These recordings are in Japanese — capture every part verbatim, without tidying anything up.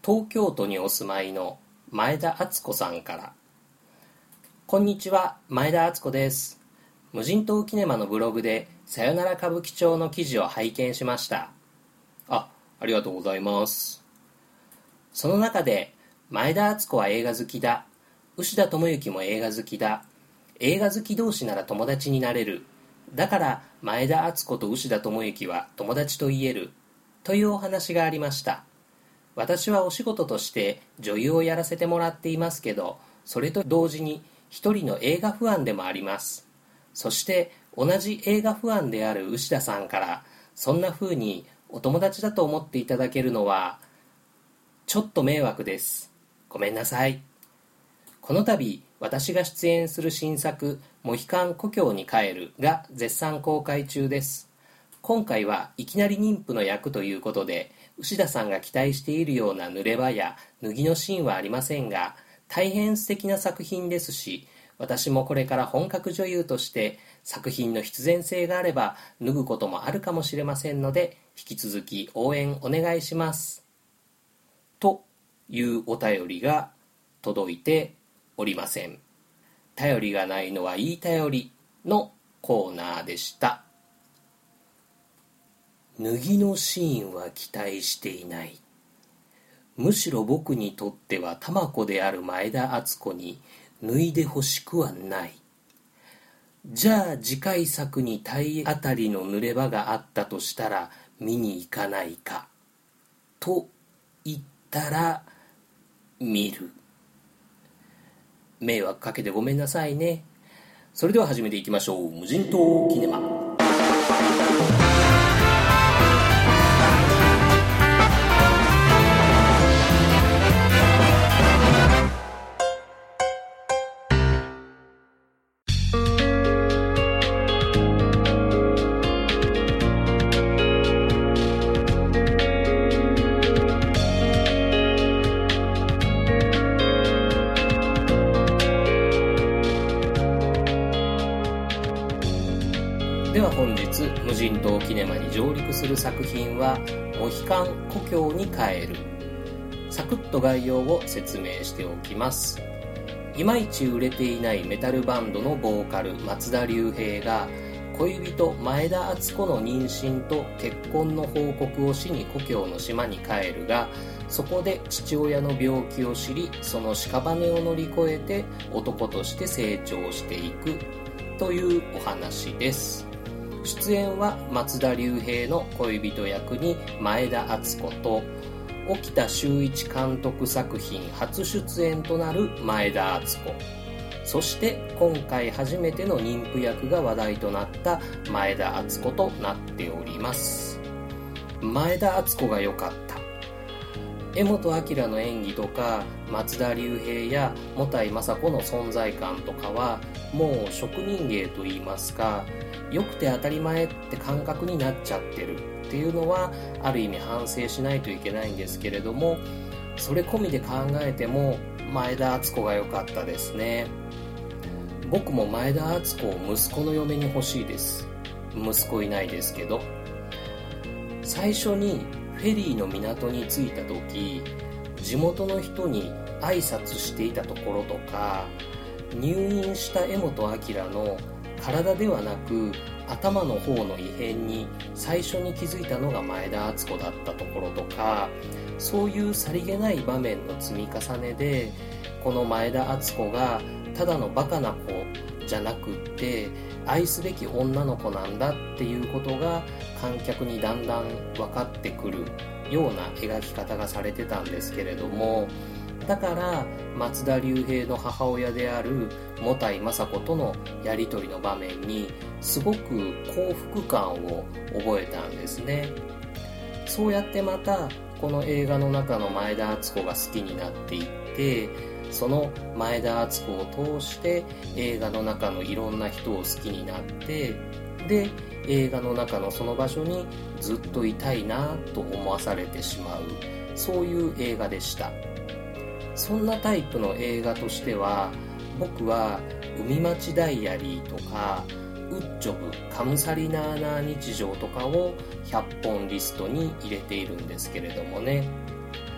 東京都にお住まいの前田敦子さんから。こんにちは、前田敦子です。無人島キネマのブログでさよなら歌舞伎町の記事を拝見しました。あ、ありがとうございます。その中で、前田敦子は映画好きだ、牛田智之も映画好きだ、映画好き同士なら友達になれる、だから前田敦子と牛田智之は友達と言える、というお話がありました。私はお仕事として女優をやらせてもらっていますけど、それと同時に一人の映画ファンでもあります。そして同じ映画ファンである牛田さんから、そんな風にお友達だと思っていただけるのはちょっと迷惑です。ごめんなさい。この度私が出演する新作モヒカン故郷に帰るが絶賛公開中です。今回はいきなり妊婦の役ということで、牛田さんが期待しているような濡れ場や脱ぎのシーンはありませんが、大変素敵な作品ですし、私もこれから本格女優として作品の必然性があれば脱ぐこともあるかもしれませんので、引き続き応援お願いします。というお便りが届いておりません。頼りがないのはいい頼りのコーナーでした。脱ぎのシーンは期待していない。むしろ僕にとっては玉子である前田敦子に脱いでほしくはない。じゃあ次回作に体当たりの濡れ場があったとしたら見に行かないかと言ったら見る。迷惑かけてごめんなさいね。それでは始めていきましょう。無人島キネマ。では本日無人島キネマに上陸する作品はモヒカン故郷に帰る。サクッと概要を説明しておきます。いまいち売れていないメタルバンドのボーカル松田龍平が恋人前田敦子の妊娠と結婚の報告をしに故郷の島に帰るが、そこで父親の病気を知り、その屍を乗り越えて男として成長していくというお話です。出演は松田龍平の恋人役に前田敦子と、沖田修一監督作品初出演となる前田敦子、そして今回初めての妊婦役が話題となった前田敦子となっております。前田敦子が良かった。柄本明の演技とか松田龍平や茂田井雅子の存在感とかはもう職人芸といいますか、良くて当たり前って感覚になっちゃってるっていうのはある意味反省しないといけないんですけれども、それ込みで考えても前田敦子が良かったですね。僕も前田敦子を息子の嫁に欲しいです。息子いないですけど。最初にフェリーの港に着いた時、地元の人に挨拶していたところとか、入院した柄本明の体ではなく頭の方の異変に最初に気づいたのが前田敦子だったところとか、そういうさりげない場面の積み重ねで、この前田敦子がただのバカな子じゃなくって愛すべき女の子なんだっていうことが観客にだんだん分かってくるような描き方がされてたんですけれども、だから松田龍平の母親である茂田井雅子とのやり取りの場面にすごく幸福感を覚えたんですね。そうやってまたこの映画の中の前田敦子が好きになっていって、その前田敦子を通して映画の中のいろんな人を好きになって、で映画の中のその場所にずっといたいなと思わされてしまう、そういう映画でした。そんなタイプの映画としては、僕は海町ダイアリーとかウッジョブカムサリナーナー日常とかをひゃっぽんリストに入れているんですけれどもね。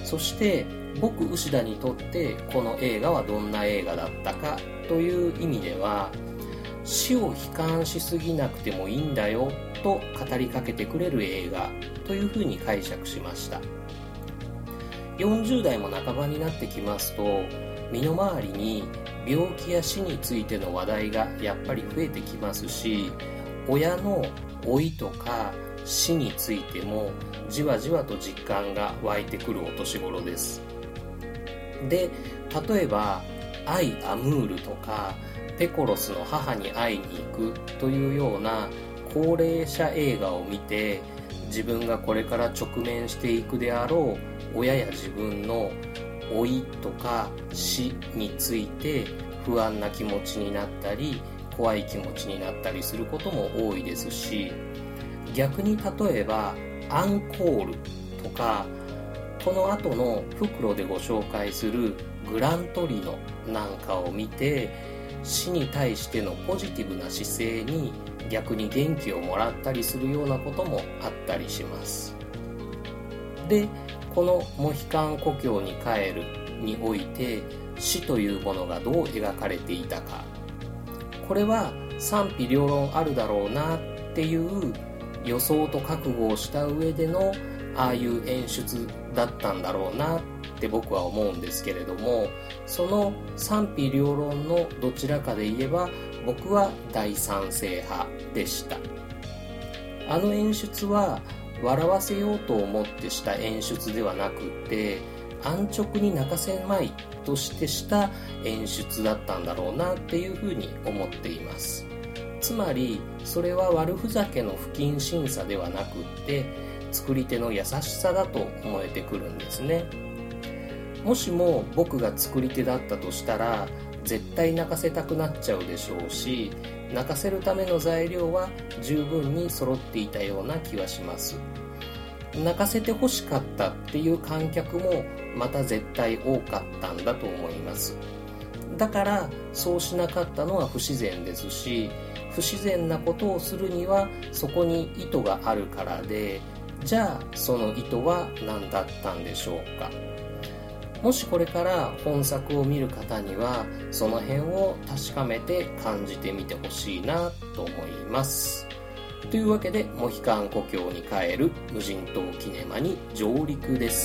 そして僕牛田にとってこの映画はどんな映画だったかという意味では、死を悲観しすぎなくてもいいんだよと語りかけてくれる映画というふうに解釈しました。よんじゅう代も半ばになってきますと、身の回りに病気や死についての話題がやっぱり増えてきますし、親の老いとか死についてもじわじわと実感が湧いてくるお年頃です。で、例えばアイ・アムールとかペコロスの母に会いに行くというような高齢者映画を見て、自分がこれから直面していくであろう親や自分の老いとか死について不安な気持ちになったり怖い気持ちになったりすることも多いですし、逆に例えばアンコールとかこの後の袋でご紹介するグラントリノなんかを見て、死に対してのポジティブな姿勢に逆に元気をもらったりするようなこともあったりします。で、このモヒカン故郷に帰るにおいて死というものがどう描かれていたか、これは賛否両論あるだろうなっていう予想と覚悟をした上でのああいう演出だったんだろうなって僕は思うんですけれども、その賛否両論のどちらかで言えば僕は大賛成派でした。あの演出は笑わせようと思ってした演出ではなくて、安直に泣かせまいとしてした演出だったんだろうなっていうふうに思っています。つまりそれは悪ふざけの不謹慎さではなくって作り手の優しさだと思えてくるんですね。もしも僕が作り手だったとしたら絶対泣かせたくなっちゃうでしょうし、泣かせるための材料は十分に揃っていたような気はします。泣かせて欲しかったっていう観客もまた絶対多かったんだと思います。だからそうしなかったのは不自然ですし、不自然なことをするにはそこに意図があるからで、じゃあその意図は何だったんでしょうか。もしこれから本作を見る方にはその辺を確かめて感じてみてほしいなと思います。というわけで、モヒカン故郷に帰る無人島キネマに上陸です。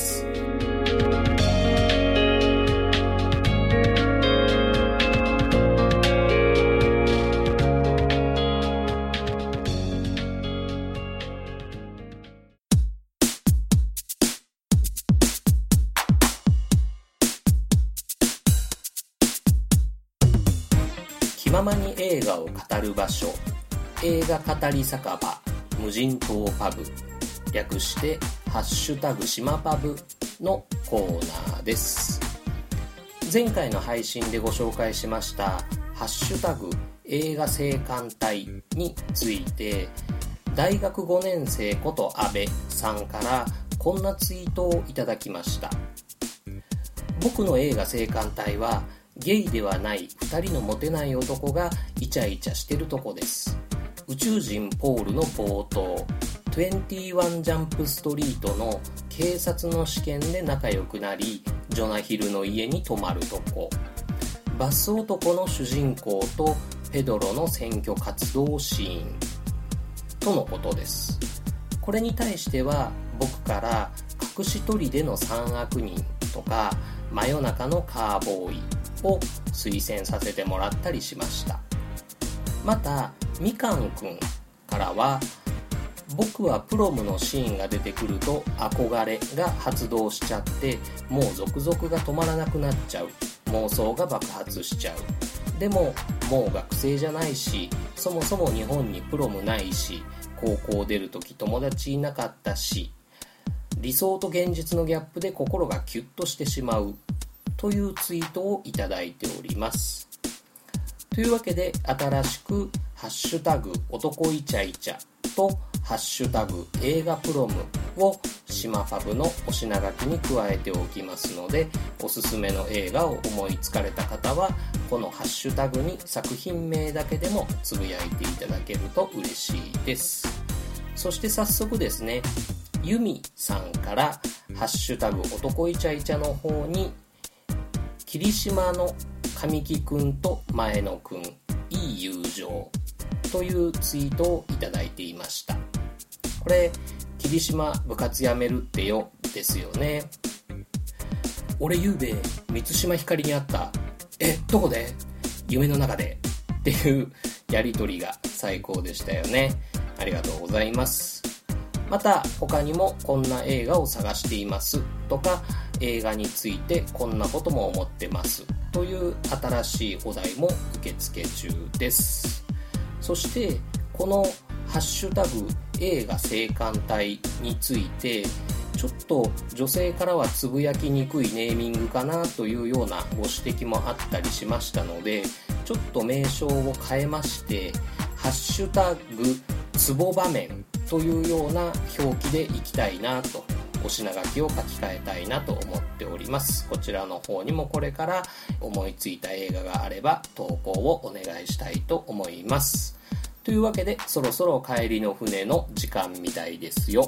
気ままに映画を語る場所、映画語り酒場無人島パブ、略してハッシュタグ島パブのコーナーです。前回の配信でご紹介しましたハッシュタグ映画生還隊について、大学ごねん生こと阿部さんからこんなツイートをいただきました。僕の映画生還隊はゲイではないふたりのモテない男がイチャイチャしてるとこです。宇宙人ポールの冒頭、にじゅういちジャンプストリートの警察の試験で仲良くなり、ジョナヒルの家に泊まるとこ、バス男の主人公とペドロの選挙活動シーンとのことです。これに対しては僕から隠し砦の三悪人とか真夜中のカーボーイを推薦させてもらったりしました。またみかんくんからは、僕はプロムのシーンが出てくると憧れが発動しちゃって、もう続々が止まらなくなっちゃう、妄想が爆発しちゃう、でももう学生じゃないし、そもそも日本にプロムないし、高校出るとき友達いなかったし、理想と現実のギャップで心がキュッとしてしまうというツイートをいただいております。というわけで、新しくハッシュタグ男イチャイチャとハッシュタグ映画プロムを島パブのお品書きに加えておきますので、おすすめの映画を思いつかれた方はこのハッシュタグに作品名だけでもつぶやいていただけると嬉しいです。そして早速ですね、ユミさんからハッシュタグ男イチャイチャの方に霧島の神木くんと前野くんいい友情というツイートをいただいていました。これ霧島部活やめるってよですよね。俺ゆうべ満島ひかりに会った。えどこで？夢の中でっていうやりとりが最高でしたよね。ありがとうございます。また他にもこんな映画を探していますとか、映画についてこんなことも思ってますという新しいお題も受付中です。そしてこのハッシュタグ映画青函隊についてちょっと女性からはつぶやきにくいネーミングかなというようなご指摘もあったりしましたので、ちょっと名称を変えましてハッシュタグツボ場面というような表記でいきたいなと、お品書きを書き換えたいなと思っております。こちらの方にもこれから思いついた映画があれば投稿をお願いしたいと思います。というわけでそろそろ帰りの船の時間みたいですよ。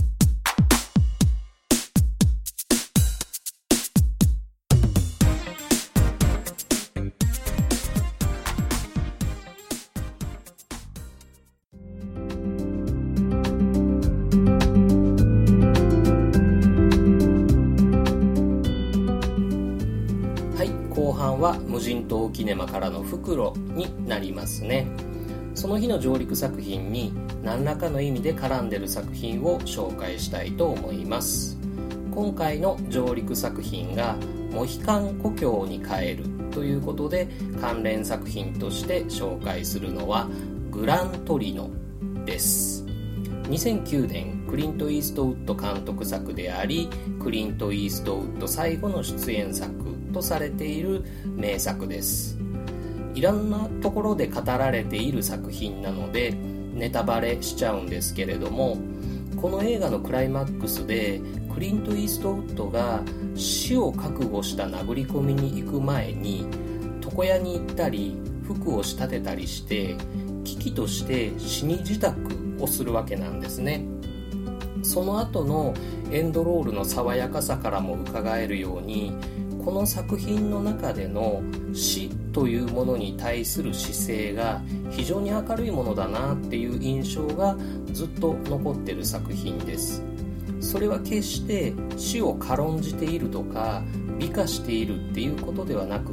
後半は無人島キネマからの袋になりますね。その日の上陸作品に何らかの意味で絡んでる作品を紹介したいと思います。今回の上陸作品がモヒカン故郷に帰るということで、関連作品として紹介するのはグラントリノです。にせんきゅうねんクリント・イーストウッド監督作であり、クリント・イーストウッド最後の出演作とされている名作です。いろんなところで語られている作品なのでネタバレしちゃうんですけれども、この映画のクライマックスでクリント・イーストウッドが死を覚悟した殴り込みに行く前に床屋に行ったり服を仕立てたりして危機として死に支度をするわけなんですね。その後のエンドロールの爽やかさからも伺えるように、この作品の中での死というものに対する姿勢が非常に明るいものだなっていう印象がずっと残っている作品です。それは決して死を軽んじているとか美化しているっていうことではなくって、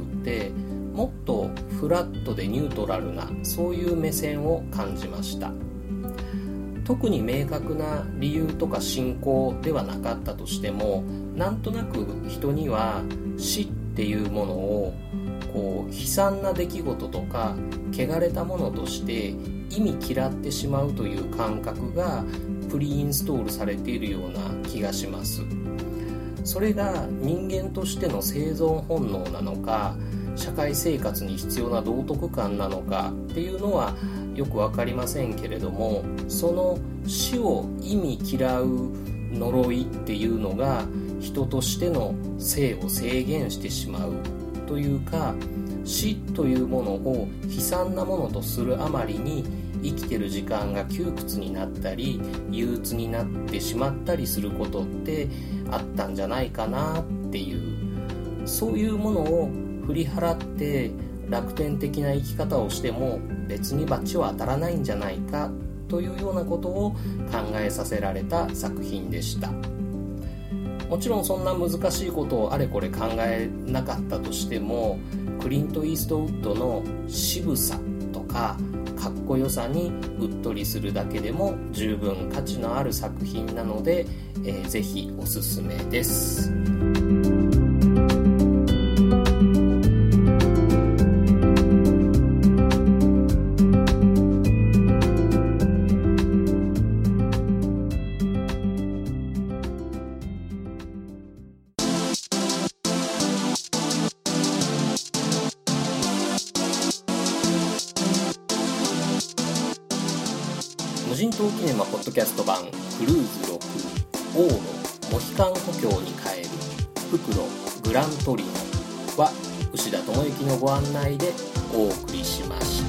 もっとフラットでニュートラルなそういう目線を感じました。特に明確な理由とか信仰ではなかったとしても、なんとなく人には死っていうものをこう悲惨な出来事とか汚れたものとして意味嫌ってしまうという感覚がプリインストールされているような気がします。それが人間としての生存本能なのか、社会生活に必要な道徳感なのかっていうのはよくわかりませんけれども、その死を意味嫌う呪いっていうのが人としての生を制限してしまうというか、死というものを悲惨なものとするあまりに生きてる時間が窮屈になったり憂鬱になってしまったりすることってあったんじゃないかなっていう、そういうものを振り払って楽天的な生き方をしても別に罰は当たらないんじゃないかというようなことを考えさせられた作品でした。もちろんそんな難しいことをあれこれ考えなかったとしても、クリント・イーストウッドの渋さとかかっこよさにうっとりするだけでも十分価値のある作品なので、えー、ぜひおすすめです。無人島キネマポッドキャスト版クルーズろく王のモヒカン故郷に帰る袋グラントリノは牛田智之のご案内でお送りしました。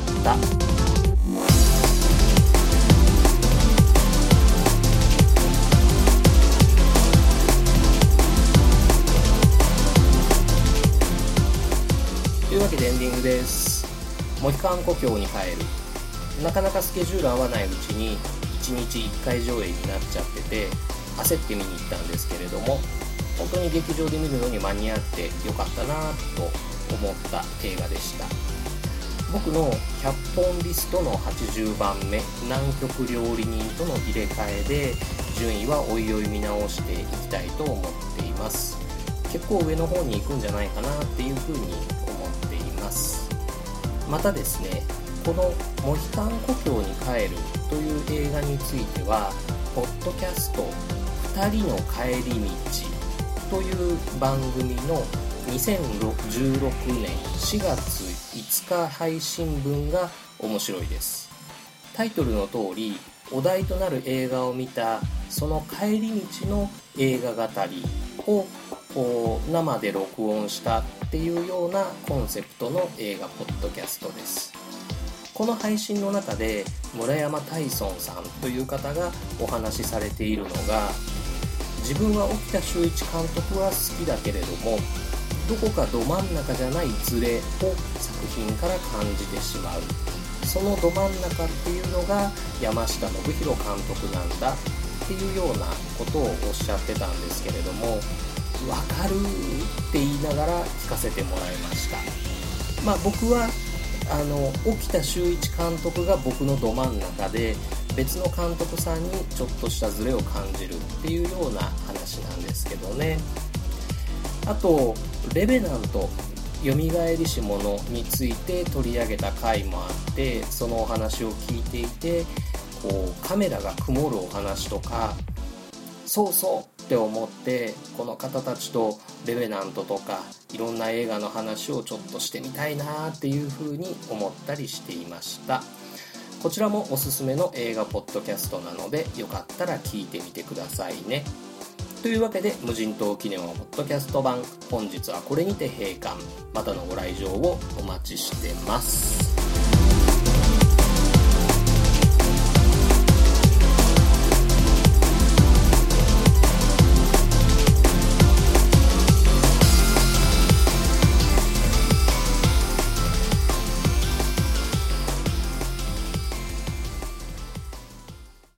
モヒカン故郷に帰る。なかなかスケジュール合わないうちにいちにちいっかい上映になっちゃってて焦って見に行ったんですけれども、本当に劇場で見るのに間に合ってよかったなと思った映画でした。僕のひゃっぽんリストのはちじゅうばんめ、南極料理人との入れ替えで順位はおいおい見直していきたいと思っています。結構上の方に行くんじゃないかなっていうふうに思っています。またですね、このモヒカン故郷に帰るという映画についてはポッドキャストふたりの帰り道という番組のにせんじゅうろくねんしがついつか配信分が面白いです。タイトルの通りお題となる映画を見たその帰り道の映画語りを生で録音したっていうようなコンセプトの映画ポッドキャストです。この配信の中で村山大尊さんという方がお話しされているのが、自分は沖田修一監督は好きだけれどもどこかど真ん中じゃないズレを作品から感じてしまう。そのど真ん中っていうのが山下信弘監督なんだっていうようなことをおっしゃってたんですけれども、わかるって言いながら聞かせてもらいました。まあ僕はあの沖田修一監督が僕のど真ん中で別の監督さんにちょっとしたズレを感じるっていうような話なんですけどね。あとレベナントよみがえりし者について取り上げた回もあって、そのお話を聞いていてこうカメラが曇るお話とか、そうそうって思ってこの方たちとレベナントとかいろんな映画の話をちょっとしてみたいなっていうふうに思ったりしていました。こちらもおすすめの映画ポッドキャストなのでよかったら聞いてみてくださいね。というわけで無人島キネマポッドキャスト版、本日はこれにて閉館。またのご来場をお待ちしてます。